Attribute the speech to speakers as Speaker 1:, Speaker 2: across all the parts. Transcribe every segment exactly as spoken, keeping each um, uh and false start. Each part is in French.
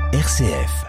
Speaker 1: R C F.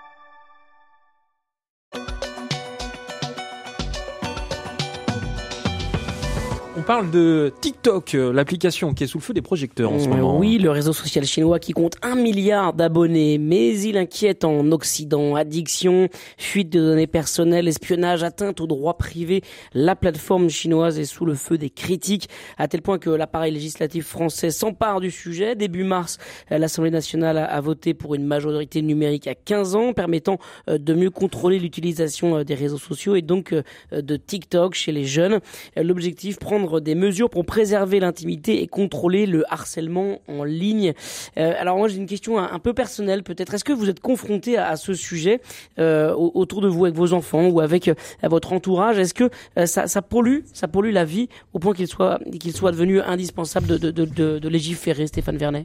Speaker 2: On parle de TikTok, l'application qui est sous le feu des projecteurs en ce moment.
Speaker 3: Oui, le réseau social chinois qui compte un milliard d'abonnés, mais il inquiète en Occident. Addiction, fuite de données personnelles, espionnage, atteinte aux droits privés. La plateforme chinoise est sous le feu des critiques, à tel point que l'appareil législatif français s'empare du sujet. Début mars, l'Assemblée nationale a voté pour une majorité numérique à quinze ans, permettant de mieux contrôler l'utilisation des réseaux sociaux et donc de TikTok chez les jeunes. L'objectif, prendre des mesures pour préserver l'intimité et contrôler le harcèlement en ligne. Euh, alors moi j'ai une question un, un peu personnelle peut-être. Est-ce que vous êtes confronté à, à ce sujet euh, autour de vous avec vos enfants ou avec euh, votre entourage? Est-ce que euh, ça, ça pollue, ça pollue la vie au point qu'il soit qu'il soit devenu indispensable de, de, de, de, de légiférer, Stéphane Vernet?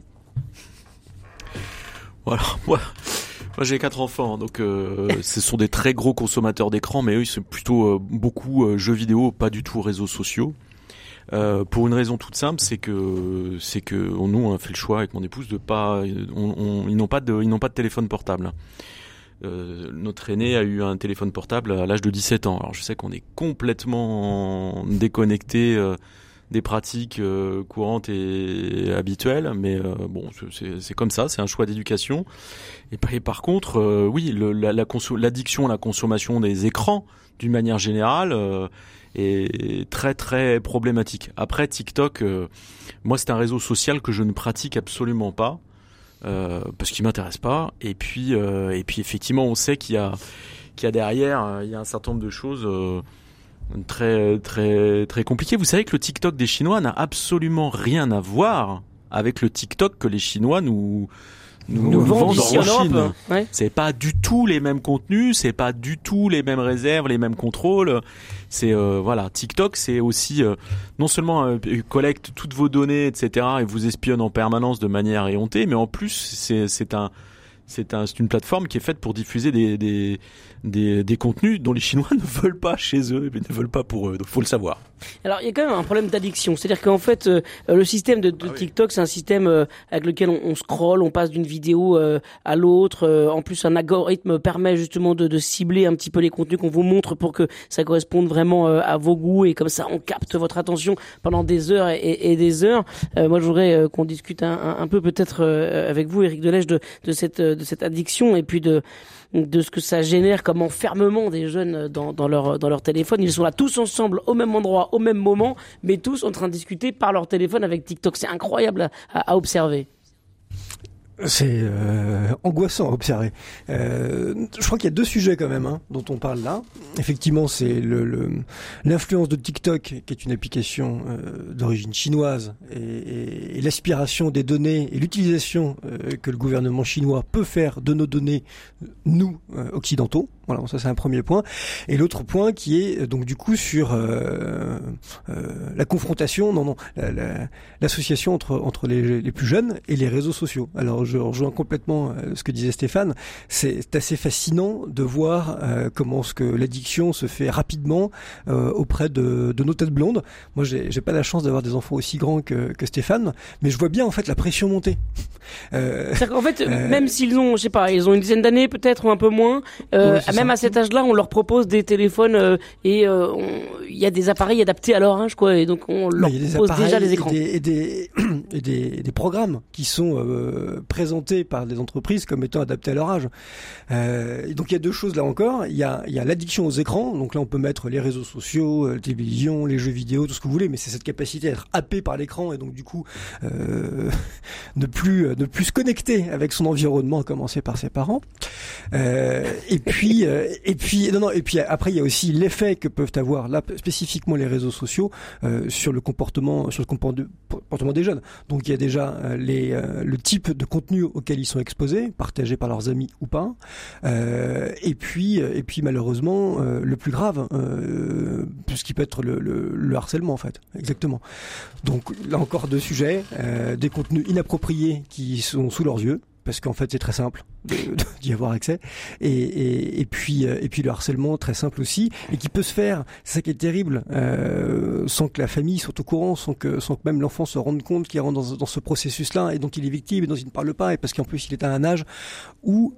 Speaker 4: Voilà, moi, moi j'ai quatre enfants, donc euh, ce sont des très gros consommateurs d'écran, mais eux ils sont plutôt euh, beaucoup euh, jeux vidéo, pas du tout réseaux sociaux. Euh, pour une raison toute simple, c'est que c'est que nous on a fait le choix avec mon épouse de pas, on, on, ils n'ont pas de ils n'ont pas de téléphone portable. Euh, notre aîné a eu un téléphone portable à l'âge de dix-sept ans. Alors je sais qu'on est complètement déconnecté euh, des pratiques euh, courantes et habituelles, mais euh, bon c'est, c'est comme ça, c'est un choix d'éducation. Et, et par contre, euh, oui, le, la, la conso- l'addiction à la consommation des écrans, d'une manière générale. Euh, est très très problématique. Après TikTok, euh, moi c'est un réseau social que je ne pratique absolument pas euh, parce qu'il m'intéresse pas. Et puis euh, et puis effectivement on sait qu'il y a qu'il y a derrière euh, il y a un certain nombre de choses euh, très très très compliquées. Vous savez que le TikTok des Chinois n'a absolument rien à voir avec le TikTok que les Chinois nous nous, nous vendent
Speaker 3: ici
Speaker 4: en,
Speaker 3: en
Speaker 4: Chine.
Speaker 3: Europe. Ouais.
Speaker 4: C'est pas du tout les mêmes contenus, c'est pas du tout les mêmes réserves, les mêmes contrôles. C'est euh, voilà, TikTok, c'est aussi euh, non seulement euh, collecte toutes vos données, et cetera, et vous espionne en permanence de manière éhontée, mais en plus c'est c'est un c'est un c'est une plateforme qui est faite pour diffuser des des des, des contenus dont les Chinois ne veulent pas chez eux, mais ne veulent pas pour eux. Donc faut le savoir.
Speaker 3: Alors il y a quand même un problème d'addiction, c'est-à-dire qu'en fait euh, le système de, de ah, TikTok oui. c'est un système euh, avec lequel on, on scrolle, on passe d'une vidéo euh, à l'autre. Euh, en plus un algorithme permet justement de, de cibler un petit peu les contenus qu'on vous montre pour que ça corresponde vraiment euh, à vos goûts et comme ça on capte votre attention pendant des heures et, et, et des heures. Euh, moi je voudrais euh, qu'on discute un, un, un peu peut-être euh, avec vous, Éric Delège, de, de cette de cette addiction et puis de de ce que ça génère comme enfermement des jeunes dans, dans leur dans leur téléphone. Ils sont là tous ensemble au même endroit, au même moment, mais tous en train de discuter par leur téléphone avec TikTok. C'est incroyable à, à observer.
Speaker 5: C'est euh, angoissant à observer. Euh, je crois qu'il y a deux sujets quand même hein, dont on parle là. Effectivement, c'est le, le, l'influence de TikTok, qui est une application euh, d'origine chinoise, et, et, et l'aspiration des données et l'utilisation euh, que le gouvernement chinois peut faire de nos données, nous, euh, occidentaux. Voilà, bon, ça c'est un premier point. Et l'autre point qui est donc du coup sur euh, euh, la confrontation, non non, la, la, l'association entre entre les, les plus jeunes et les réseaux sociaux. Alors je rejoins complètement euh, ce que disait Stéphane. C'est assez fascinant de voir euh, comment ce que l'addiction se fait rapidement euh, auprès de, de nos têtes blondes. Moi j'ai j'ai pas la chance d'avoir des enfants aussi grands que que Stéphane, mais je vois bien en fait la pression monter.
Speaker 3: Euh, C'est-à-dire qu'en fait, euh, même s'ils ont, je sais pas, ils ont une dizaine d'années peut-être ou un peu moins. Euh, oui, Même à cet âge-là, on leur propose des téléphones euh, et il euh, y a des appareils adaptés à leur âge, quoi. Et donc on leur propose déjà les écrans.
Speaker 5: Et des, et des, et des, des programmes qui sont euh, présentés par des entreprises comme étant adaptés à leur âge. Euh, et donc il y a deux choses là encore. Il y a, il y a l'addiction aux écrans. Donc là, on peut mettre les réseaux sociaux, la télévision, les jeux vidéo, tout ce que vous voulez. Mais c'est cette capacité à être happé par l'écran et donc du coup euh, ne plus ne plus se connecter avec son environnement, à commencer par ses parents. Euh, et puis euh, et puis non non et puis après il y a aussi l'effet que peuvent avoir là spécifiquement les réseaux sociaux euh, sur le comportement sur le comportement des jeunes. Donc il y a déjà euh, les euh, le type de contenu auquel ils sont exposés, partagé par leurs amis ou pas. Euh, et puis et puis malheureusement euh, le plus grave, euh, ce qui peut être le, le, le harcèlement en fait. Exactement. Donc là encore deux sujets, euh, des contenus inappropriés qui sont sous leurs yeux. parce qu'en fait c'est très simple de, de, d'y avoir accès, et, et, et puis et puis le harcèlement très simple aussi, et qui peut se faire, c'est ça qui est terrible, euh, sans que la famille soit au courant, sans que sans que même l'enfant se rende compte qu'il rentre dans, dans ce processus-là et dont il est victime et dont il ne parle pas, et parce qu'en plus il est à un âge où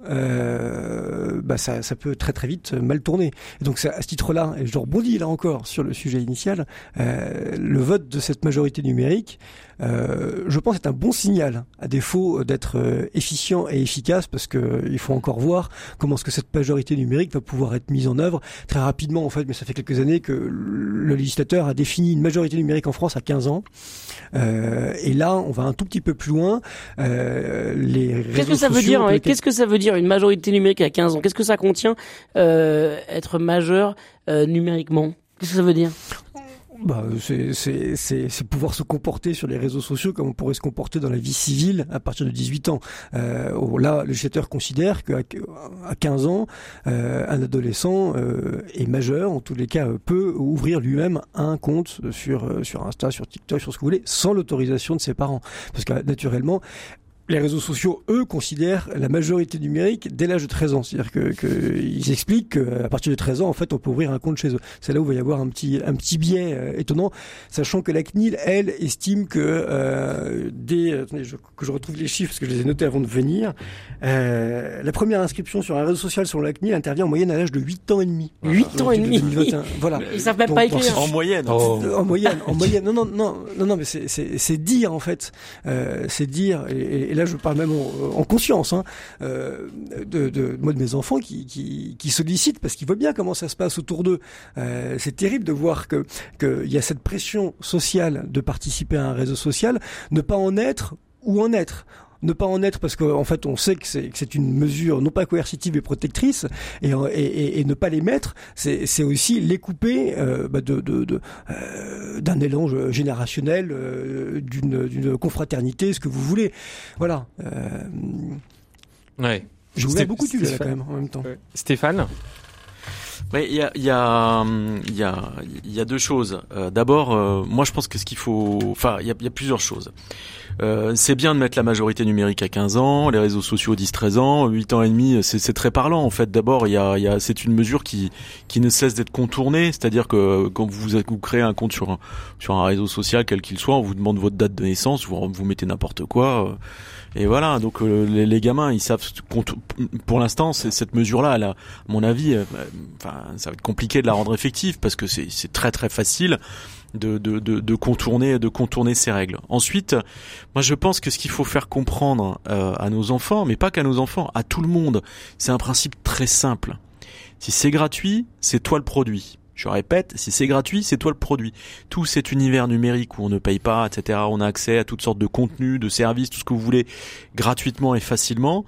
Speaker 5: euh, bah ça ça peut très très vite mal tourner. Et donc c'est à ce titre-là, et je rebondis là encore sur le sujet initial, euh, le vote de cette majorité numérique, euh, je pense, est un bon signal, à défaut d'être euh, efficient et efficace, parce que euh, il faut encore voir comment est-ce que cette majorité numérique va pouvoir être mise en œuvre très rapidement, en fait. Mais ça fait quelques années que le législateur a défini une majorité numérique en France à quinze ans, euh, et là on va un tout petit peu plus loin. Euh, les réseaux
Speaker 3: Qu'est-ce que ça veut dire lesquels... Qu'est-ce que ça veut dire une majorité numérique à quinze ans? Qu'est-ce que ça contient, euh, être majeur euh, numériquement? Qu'est-ce que ça veut dire?
Speaker 5: Bah, c'est, c'est, c'est, c'est pouvoir se comporter sur les réseaux sociaux comme on pourrait se comporter dans la vie civile à partir de dix-huit ans. Euh, là, le législateur considère qu'à à quinze ans, euh, un adolescent euh, est majeur, en tous les cas, euh, peut ouvrir lui-même un compte sur, euh, sur Insta, sur TikTok, sur ce que vous voulez, sans l'autorisation de ses parents. Parce que, naturellement, les réseaux sociaux, eux, considèrent la majorité numérique dès l'âge de treize ans. C'est-à-dire que, que ils expliquent qu'à partir de treize ans, en fait, on peut ouvrir un compte chez eux. C'est là où il va y avoir un petit, un petit biais euh, étonnant, sachant que la C N I L, elle, estime que euh, dès, attendez, je, que je retrouve les chiffres parce que je les ai notés avant de venir, euh, la première inscription sur un réseau social selon la C N I L intervient en moyenne à l'âge de huit ans et demi.
Speaker 3: huit ans et demi.
Speaker 5: Voilà.
Speaker 3: Ils savent même pas écrire.
Speaker 4: En moyenne.
Speaker 5: Oh. En moyenne, en moyenne. Non, non, non, non, non, mais c'est, c'est, c'est dire en fait, euh, c'est dire. Et, et là, je parle même en, en conscience, hein, euh, de, de moi de mes enfants qui, qui, qui sollicitent parce qu'ils voient bien comment ça se passe autour d'eux. Euh, c'est terrible de voir que qu'il y a cette pression sociale de participer à un réseau social, ne pas en être ou en être. Ne pas en être parce qu'en fait on sait que c'est, que c'est une mesure non pas coercitive et protectrice, et, et, et ne pas les mettre, c'est, c'est aussi les couper euh, bah de, de, de, euh, d'un élan générationnel, euh, d'une, d'une confraternité, ce que vous voulez. Voilà. Euh,
Speaker 2: ouais.
Speaker 5: Je vous mets beaucoup de sujets là quand même en même temps.
Speaker 2: Ouais. Stéphane.
Speaker 4: Oui, il y a, il y a, il y a, il y a deux choses. Euh, d'abord, euh, moi, je pense que ce qu'il faut, enfin, il y a, il y a plusieurs choses. Euh, c'est bien de mettre la majorité numérique à quinze ans, les réseaux sociaux dix treize ans, huit ans et demi, c'est, c'est très parlant en fait. D'abord, il y a, il y a, c'est une mesure qui, qui ne cesse d'être contournée, c'est-à-dire que quand vous, vous créez un compte sur un, sur un réseau social quel qu'il soit, on vous demande votre date de naissance, vous, vous mettez n'importe quoi. Euh, Et voilà, donc euh, les, les gamins, ils savent. Pour l'instant, c'est, cette mesure-là, elle a, à mon avis, euh, enfin, ça va être compliqué de la rendre effective parce que c'est, c'est très très facile de, de, de, de contourner, de contourner ces règles. Ensuite, moi, je pense que ce qu'il faut faire comprendre euh, à nos enfants, mais pas qu'à nos enfants, à tout le monde, c'est un principe très simple. Si c'est gratuit, c'est toi le produit. Je répète, si c'est gratuit, c'est toi le produit. Tout cet univers numérique où on ne paye pas, et cetera, on a accès à toutes sortes de contenus, de services, tout ce que vous voulez, gratuitement et facilement,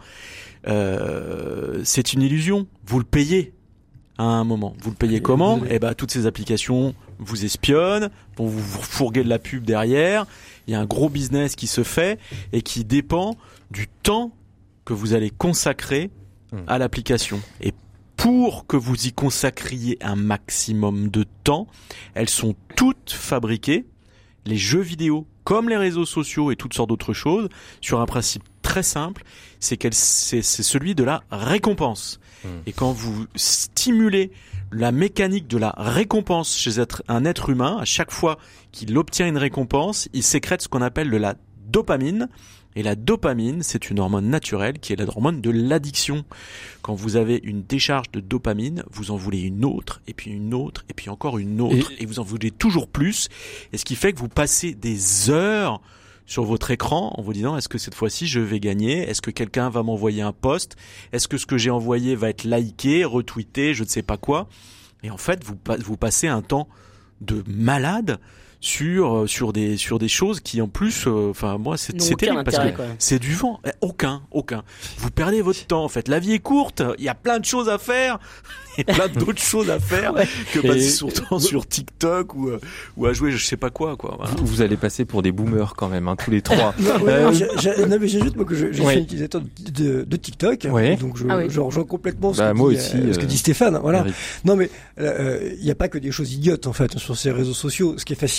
Speaker 4: euh, c'est une illusion. Vous le payez à un moment. Vous le payez comment ? Eh ben, toutes ces applications vous espionnent, vont vous fourguer de la pub derrière. Il y a un gros business qui se fait et qui dépend du temps que vous allez consacrer à l'application. Et pour que vous y consacriez un maximum de temps, elles sont toutes fabriquées, les jeux vidéo comme les réseaux sociaux et toutes sortes d'autres choses, sur un principe très simple, c'est, qu'elle, c'est, c'est celui de la récompense. Mmh. Et quand vous stimulez la mécanique de la récompense chez être, un être humain, à chaque fois qu'il obtient une récompense, il sécrète ce qu'on appelle de la dopamine. Et la dopamine, c'est une hormone naturelle qui est l'hormone de l'addiction. Quand vous avez une décharge de dopamine, vous en voulez une autre, et puis une autre, et puis encore une autre, et, et vous en voulez toujours plus. Et ce qui fait que vous passez des heures sur votre écran en vous disant, est-ce que cette fois-ci je vais gagner ? Est-ce que quelqu'un va m'envoyer un post ? Est-ce que ce que j'ai envoyé va être liké, retweeté, je ne sais pas quoi ? Et en fait, vous, vous passez un temps de malade sur sur des sur des choses qui en plus enfin euh, moi c'est c'est terrible parce que c'est du vent, aucun aucun vous perdez votre temps en fait, la vie est courte, il y a plein de choses à faire et plein d'autres choses à faire ouais. que passer et... surtout sur TikTok ou ou à jouer je sais pas quoi quoi voilà.
Speaker 2: vous, vous allez passer pour des boomers quand même hein, tous les trois.
Speaker 5: non, ouais, euh... j'ai, j'ai, non mais j'ajoute moi que je, je ouais. suis utilisateur de, de, de TikTok ouais. donc je, ah oui. je rejoins complètement ce, bah, que, moi dit, aussi, euh, ce que dit Stéphane voilà. Mérite. Non mais il euh, y a pas que des choses idiotes en fait sur ces réseaux sociaux. Ce qui est fascinant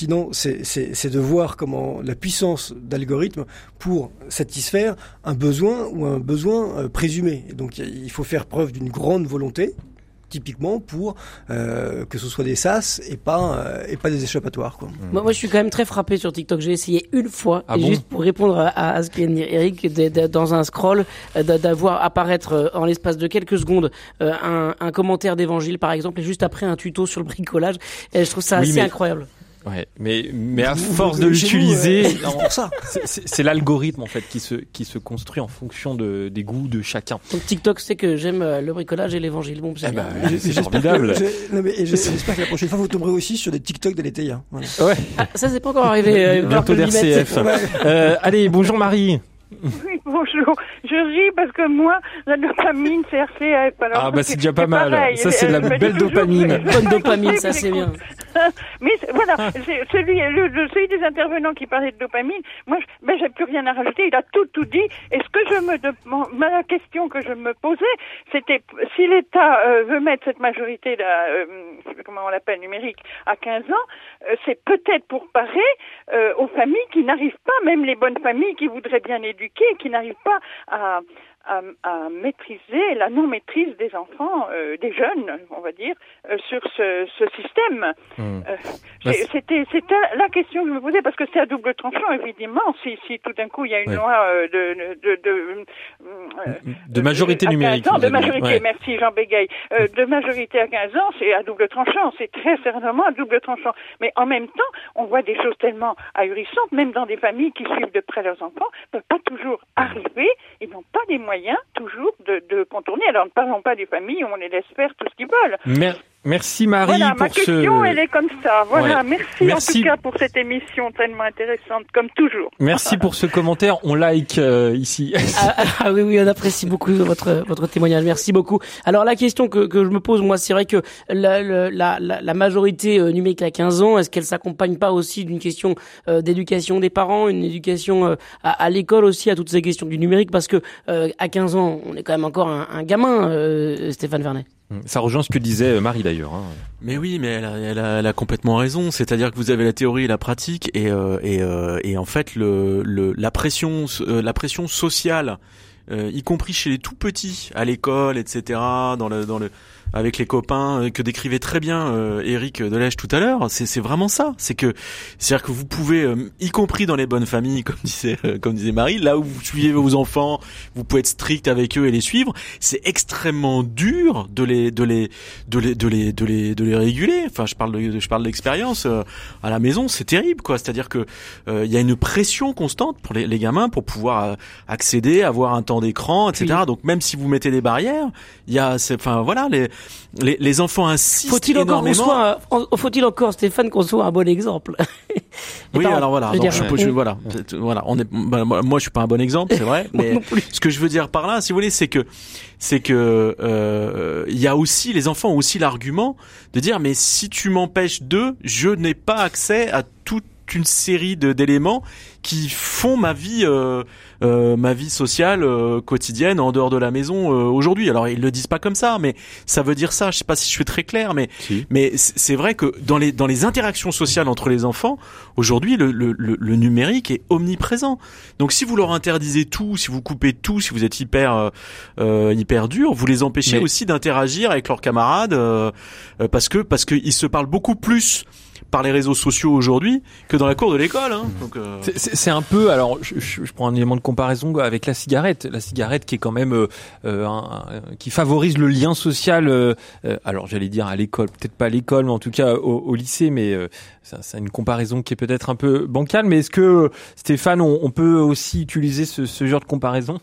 Speaker 5: sinon c'est, c'est, c'est de voir comment la puissance d'algorithme pour satisfaire un besoin ou un besoin euh, présumé. Et donc il faut faire preuve d'une grande volonté, typiquement pour euh, que ce soit des sas et pas euh, et pas des échappatoires, quoi.
Speaker 3: Moi, moi je suis quand même très frappé sur TikTok. J'ai essayé une fois,
Speaker 2: ah
Speaker 3: et
Speaker 2: bon
Speaker 3: juste pour répondre à, à ce qu'a dit Eric, de, de, dans un scroll, euh, d'avoir apparaître euh, en l'espace de quelques secondes euh, un, un commentaire d'évangile par exemple, et juste après un tuto sur le bricolage. Et je trouve ça
Speaker 2: oui,
Speaker 3: assez
Speaker 2: mais...
Speaker 3: incroyable.
Speaker 2: Ouais, mais mais à
Speaker 5: Vous,
Speaker 2: force
Speaker 5: vous,
Speaker 2: de
Speaker 5: vous,
Speaker 2: l'utiliser,
Speaker 5: vous, euh, c'est pour ça.
Speaker 2: C'est, c'est, c'est l'algorithme en fait qui se qui se construit en fonction de des goûts de chacun.
Speaker 3: Donc TikTok sait que j'aime euh, le bricolage et l'évangile. Bon, c'est
Speaker 2: Eh
Speaker 3: bien.
Speaker 2: ben, c'est
Speaker 5: J'espère
Speaker 2: formidable.
Speaker 5: que, j'ai- non, mais, et j'espère que la prochaine fois vous tomberez aussi sur des TikTok de l'été. Hein. Voilà.
Speaker 2: Ouais,
Speaker 3: Ah, ça c'est pas encore arrivé. Euh,
Speaker 2: bientôt
Speaker 3: Marc le
Speaker 2: d'R C F. Euh, allez, bonjour Marie.
Speaker 1: Oui, bonjour. Je ris parce que moi, la dopamine, c'est R C F. Alors,
Speaker 2: Ah bah c'est déjà pas
Speaker 1: c'est
Speaker 2: mal.
Speaker 1: pareil.
Speaker 2: Ça c'est de la
Speaker 1: Euh, je me dis
Speaker 2: belle
Speaker 1: toujours,
Speaker 2: dopamine.
Speaker 1: je-
Speaker 3: Bonne dopamine,
Speaker 1: je
Speaker 3: ça c'est bien.
Speaker 1: Mais c'est- voilà, c'est celui, le, le- celui des intervenants qui parlait de dopamine, moi, je, ben, j'ai plus rien à rajouter. Il a tout, tout dit. Et ce que je me demande, la question que je me posais, c'était si l'État euh, veut mettre cette majorité là, euh, je sais pas comment on l'appelle, numérique, à quinze ans, euh, c'est peut-être pour parer euh, aux familles qui n'arrivent pas, même les bonnes familles qui voudraient bien éduquer, qui n'arrivent pas à, à, à maîtriser la non-maîtrise des enfants, euh, des jeunes, on va dire, euh, sur ce, ce système.
Speaker 2: Mmh.
Speaker 1: Euh,
Speaker 2: Bah,
Speaker 1: j'ai- c'était, c'était la question que je me posais, parce que c'est à double tranchant, évidemment, si, si tout d'un coup il y a une
Speaker 2: Ouais.
Speaker 1: loi euh, de... de, de, euh,
Speaker 2: De majorité
Speaker 1: à
Speaker 2: numérique.
Speaker 1: quinze ans,
Speaker 2: vous
Speaker 1: de
Speaker 2: avez dit.
Speaker 1: majorité,
Speaker 2: Ouais.
Speaker 1: merci Jean Bégaye. Euh, de majorité à quinze ans, c'est à double tranchant, c'est très certainement à double tranchant. Mais en même temps, on voit des choses tellement ahurissantes, même dans des familles qui suivent de près leurs enfants, ne peuvent pas toujours arriver, ils n'ont pas les moyens toujours de, de contourner. Alors ne parlons pas des familles où on les laisse faire tout ce qu'ils veulent.
Speaker 2: Mer- Merci Marie
Speaker 1: Voilà,
Speaker 2: pour
Speaker 1: ma question,
Speaker 2: ce.
Speaker 1: elle est comme ça. Voilà,
Speaker 2: Ouais.
Speaker 1: merci,
Speaker 2: Merci.
Speaker 1: en tout cas pour cette émission tellement intéressante, comme toujours.
Speaker 2: Merci pour ce commentaire. On like euh, ici.
Speaker 3: Ah, ah, ah oui, oui, on apprécie beaucoup votre votre témoignage. Merci beaucoup. Alors la question que que je me pose, moi, c'est vrai que la la la, la majorité euh, numérique à quinze ans, est-ce qu'elle s'accompagne pas aussi d'une question euh, d'éducation des parents, une éducation euh, à, à l'école aussi, à toutes ces questions du numérique, parce que euh, à quinze ans, on est quand même encore un, un gamin, euh, Stéphane Vernet.
Speaker 2: Ça rejoint ce que disait Marie d'ailleurs. Hein.
Speaker 4: Mais oui, mais elle a, elle a, elle a complètement raison. C'est-à-dire que vous avez la théorie et la pratique, et euh, et, euh, et en fait le, le la pression euh, la pression sociale, euh, y compris chez les tout petits à l'école, et cetera. Dans le dans le avec les copains euh, que décrivait très bien euh, Éric Delèche tout à l'heure, c'est c'est vraiment ça. C'est que c'est-à-dire que vous pouvez, euh, y compris dans les bonnes familles, comme disait euh, comme disait Marie, là où vous suivez vos enfants, vous pouvez être strict avec eux et les suivre. C'est extrêmement dur de les de les de les de les de les de les réguler. Enfin, je parle de je parle d'expérience euh, à la maison, c'est terrible quoi. C'est-à-dire que il euh, y a une pression constante pour les, les gamins pour pouvoir euh, accéder, avoir un temps d'écran, et cetera. Oui. Donc même si vous mettez des barrières, il y a, enfin voilà, les Les, les enfants insistent
Speaker 3: faut-il encore
Speaker 4: énormément.
Speaker 3: Qu'on soit, faut-il encore, Stéphane, qu'on soit un bon exemple?
Speaker 4: Oui,
Speaker 3: parents,
Speaker 4: alors voilà,
Speaker 3: je,
Speaker 4: donc, je, je, je, voilà, voilà, on est, bah, moi je suis pas un bon exemple, c'est vrai, mais ce que je veux dire par là, si vous voulez, c'est que, c'est que, euh, il y a aussi, les enfants ont aussi l'argument de dire, mais si tu m'empêches de, je n'ai pas accès à toute une série de d'éléments qui font ma vie euh, euh, ma vie sociale euh, quotidienne en dehors de la maison euh, aujourd'hui. Alors ils le disent pas comme ça, mais ça veut dire ça. Je sais pas si je suis très clair, mais si. mais c'est vrai que dans les dans les interactions sociales entre les enfants aujourd'hui, le, le le le numérique est omniprésent. Donc si vous leur interdisez tout, si vous coupez tout, si vous êtes hyper euh, hyper dur, vous les empêchez mais... aussi d'interagir avec leurs camarades euh, parce que parce que ils se parlent beaucoup plus par les réseaux sociaux aujourd'hui que dans la cour de l'école. Hein. Donc, euh...
Speaker 2: c'est, c'est, c'est un peu, alors je, je, je prends un élément de comparaison avec la cigarette, la cigarette qui est quand même euh, un, un, qui favorise le lien social. Euh, alors j'allais dire à l'école, peut-être pas à l'école, mais en tout cas au, au lycée. Mais euh, ça, c'est une comparaison qui est peut-être un peu bancale. Mais est-ce que Stéphane, on, on peut aussi utiliser ce, ce genre de comparaison?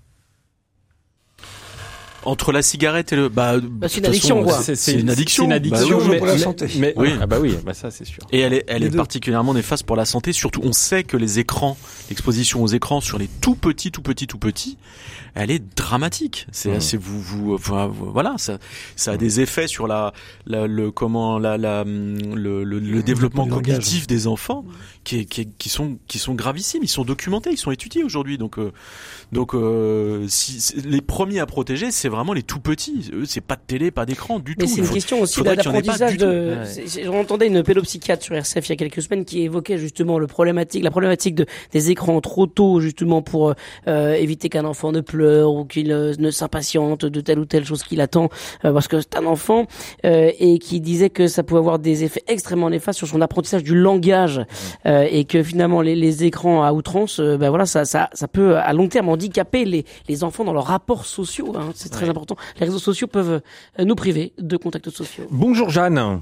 Speaker 4: Entre la cigarette et le bah,
Speaker 3: bah c'est une addiction
Speaker 4: façon,
Speaker 3: quoi.
Speaker 4: C'est, c'est, c'est une addiction.
Speaker 2: C'est une addiction
Speaker 5: bah,
Speaker 2: mais,
Speaker 5: pour la santé.
Speaker 2: Mais,
Speaker 4: oui.
Speaker 2: Ah bah oui, bah ça c'est sûr.
Speaker 4: Et elle est elle
Speaker 5: les
Speaker 4: est
Speaker 5: deux.
Speaker 4: particulièrement néfaste pour la santé, surtout on sait que les écrans, l'exposition aux écrans sur les tout petits tout petits tout petits, elle est dramatique. C'est mmh. c'est vous vous enfin, voilà, ça ça a des effets sur la, la le comment la la le le, le développement cognitif des enfants qui qui qui sont qui sont gravissimes, ils sont documentés, ils sont étudiés aujourd'hui. Donc euh, donc euh, si les premiers à protéger, c'est vraiment les tout petits. Eux, c'est pas de télé, pas d'écran du
Speaker 3: Mais
Speaker 4: tout.
Speaker 3: c'est une
Speaker 4: Faut-
Speaker 3: question aussi
Speaker 4: faudrait qu'il y en ait pas
Speaker 3: d'apprentissage
Speaker 4: du tout.
Speaker 3: de.
Speaker 2: Ouais.
Speaker 3: c'est- c'est- J'entendais une pédopsychiatre sur R C F il y a quelques semaines qui évoquait justement le problématique, la problématique de des écrans trop tôt, justement pour euh, éviter qu'un enfant ne pleure ou qu'il euh, ne s'impatiente de telle ou telle chose qu'il attend euh, parce que c'est un enfant, euh, et qui disait que ça pouvait avoir des effets extrêmement néfastes sur son apprentissage du langage, euh, et que finalement les, les écrans à outrance, euh, ben voilà, ça, ça, ça peut à long terme handicaper les, les enfants dans leurs rapports sociaux. Hein, c'est très
Speaker 2: Ouais.
Speaker 3: important. Les réseaux sociaux peuvent euh, nous priver de contacts sociaux.
Speaker 2: Bonjour Jeanne.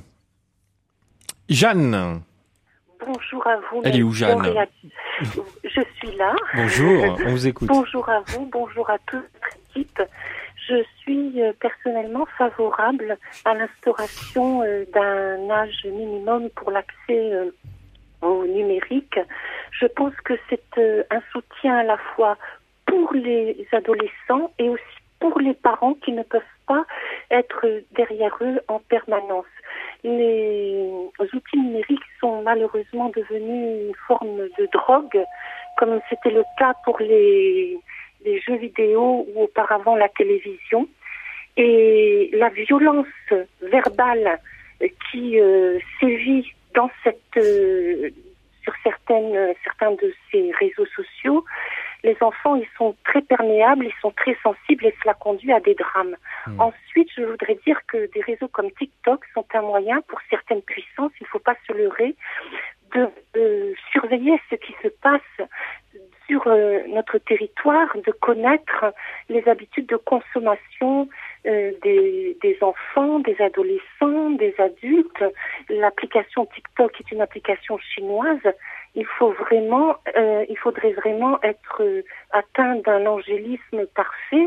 Speaker 2: Jeanne.
Speaker 6: Bonjour à vous.
Speaker 2: Elle est où,
Speaker 6: mes
Speaker 2: Jeanne
Speaker 6: lauréats. Je suis là.
Speaker 2: Bonjour, on vous écoute.
Speaker 6: Bonjour à vous, bonjour à toute votre équipe. Je suis euh, personnellement favorable à l'instauration euh, d'un âge minimum pour l'accès euh, au numérique. Je pense que c'est euh, un soutien à la fois pour les adolescents et aussi pour les parents qui ne peuvent pas être derrière eux en permanence. Les outils numériques sont malheureusement devenus une forme de drogue, comme c'était le cas pour les, les jeux vidéo ou auparavant la télévision. Et la violence verbale qui euh, sévit dans cette, euh, sur certaines, certains de ces réseaux sociaux, les enfants, ils sont très perméables, ils sont très sensibles et cela conduit à des drames. Mmh. Ensuite, je voudrais dire que des réseaux comme TikTok sont un moyen pour certaines puissances, il ne faut pas se leurrer, de euh, surveiller ce qui se passe sur euh, notre territoire, de connaître les habitudes de consommation euh, des, des enfants, des adolescents, des adultes. L'application TikTok est une application chinoise. Il faut vraiment, euh, il faudrait vraiment être euh, atteint d'un angélisme parfait,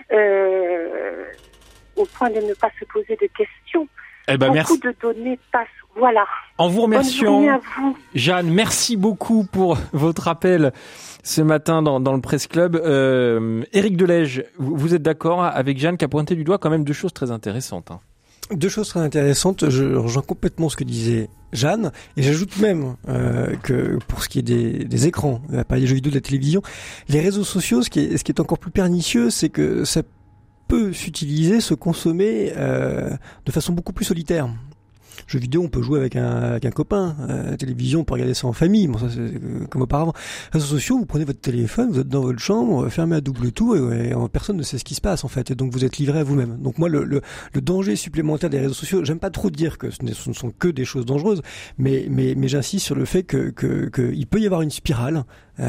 Speaker 6: euh, au point de ne pas se poser de questions.
Speaker 2: Eh ben,
Speaker 6: Beaucoup
Speaker 2: merci.
Speaker 6: de données passent. Voilà.
Speaker 2: En vous remerciant,
Speaker 6: Bonne journée à vous.
Speaker 2: Jeanne, merci beaucoup pour votre appel ce matin dans, dans le Presse Club. Euh, Éric Delège, vous, vous êtes d'accord avec Jeanne qui a pointé du doigt quand même deux choses très intéressantes, hein.
Speaker 5: Deux choses très intéressantes. Je rejoins complètement ce que disait Jeanne, et j'ajoute même euh, que pour ce qui est des, des écrans, à part les jeux vidéo, de la télévision, les réseaux sociaux, ce qui est, ce qui est encore plus pernicieux, c'est que ça peut s'utiliser, se consommer euh, de façon beaucoup plus solitaire. Jeux vidéo, on peut jouer avec un, avec un copain. Euh, la télévision, on peut regarder ça en famille. Bon, ça, c'est euh, comme auparavant. Réseaux sociaux, vous prenez votre téléphone, vous êtes dans votre chambre, fermé à double tour, et, et personne ne sait ce qui se passe, en fait. Et donc, vous êtes livré à vous-même. Donc, moi, le, le, le danger supplémentaire des réseaux sociaux, j'aime pas trop dire que ce ne, ce ne sont que des choses dangereuses, mais, mais, mais j'insiste sur le fait que, que, que il peut y avoir une spirale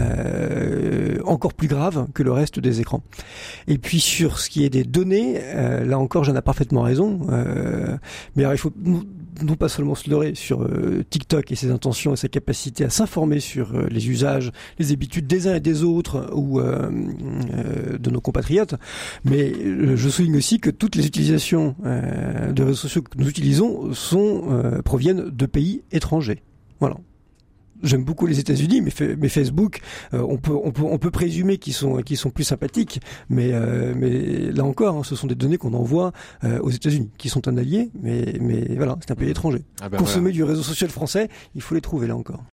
Speaker 5: euh, encore plus grave que le reste des écrans. Et puis, sur ce qui est des données, euh, là encore, j'en ai parfaitement raison. Euh, mais alors, il faut non pas seulement se leurrer sur euh, TikTok et ses intentions et sa capacité à s'informer sur euh, les usages, les habitudes des uns et des autres ou euh, euh, de nos compatriotes, mais euh, je souligne aussi que toutes les utilisations euh, de réseaux sociaux que nous utilisons sont euh, proviennent de pays étrangers. Voilà. J'aime beaucoup les États-Unis, mais, mais Facebook, euh, on peut on peut on peut présumer qu'ils sont qu'ils sont plus sympathiques, mais euh, mais là encore, hein, ce sont des données qu'on envoie euh, aux États-Unis, qui sont un allié, mais mais voilà, c'est un pays étranger.
Speaker 2: Ah ben
Speaker 5: Consommer
Speaker 2: voilà.
Speaker 5: du réseau social français, il faut les trouver là encore.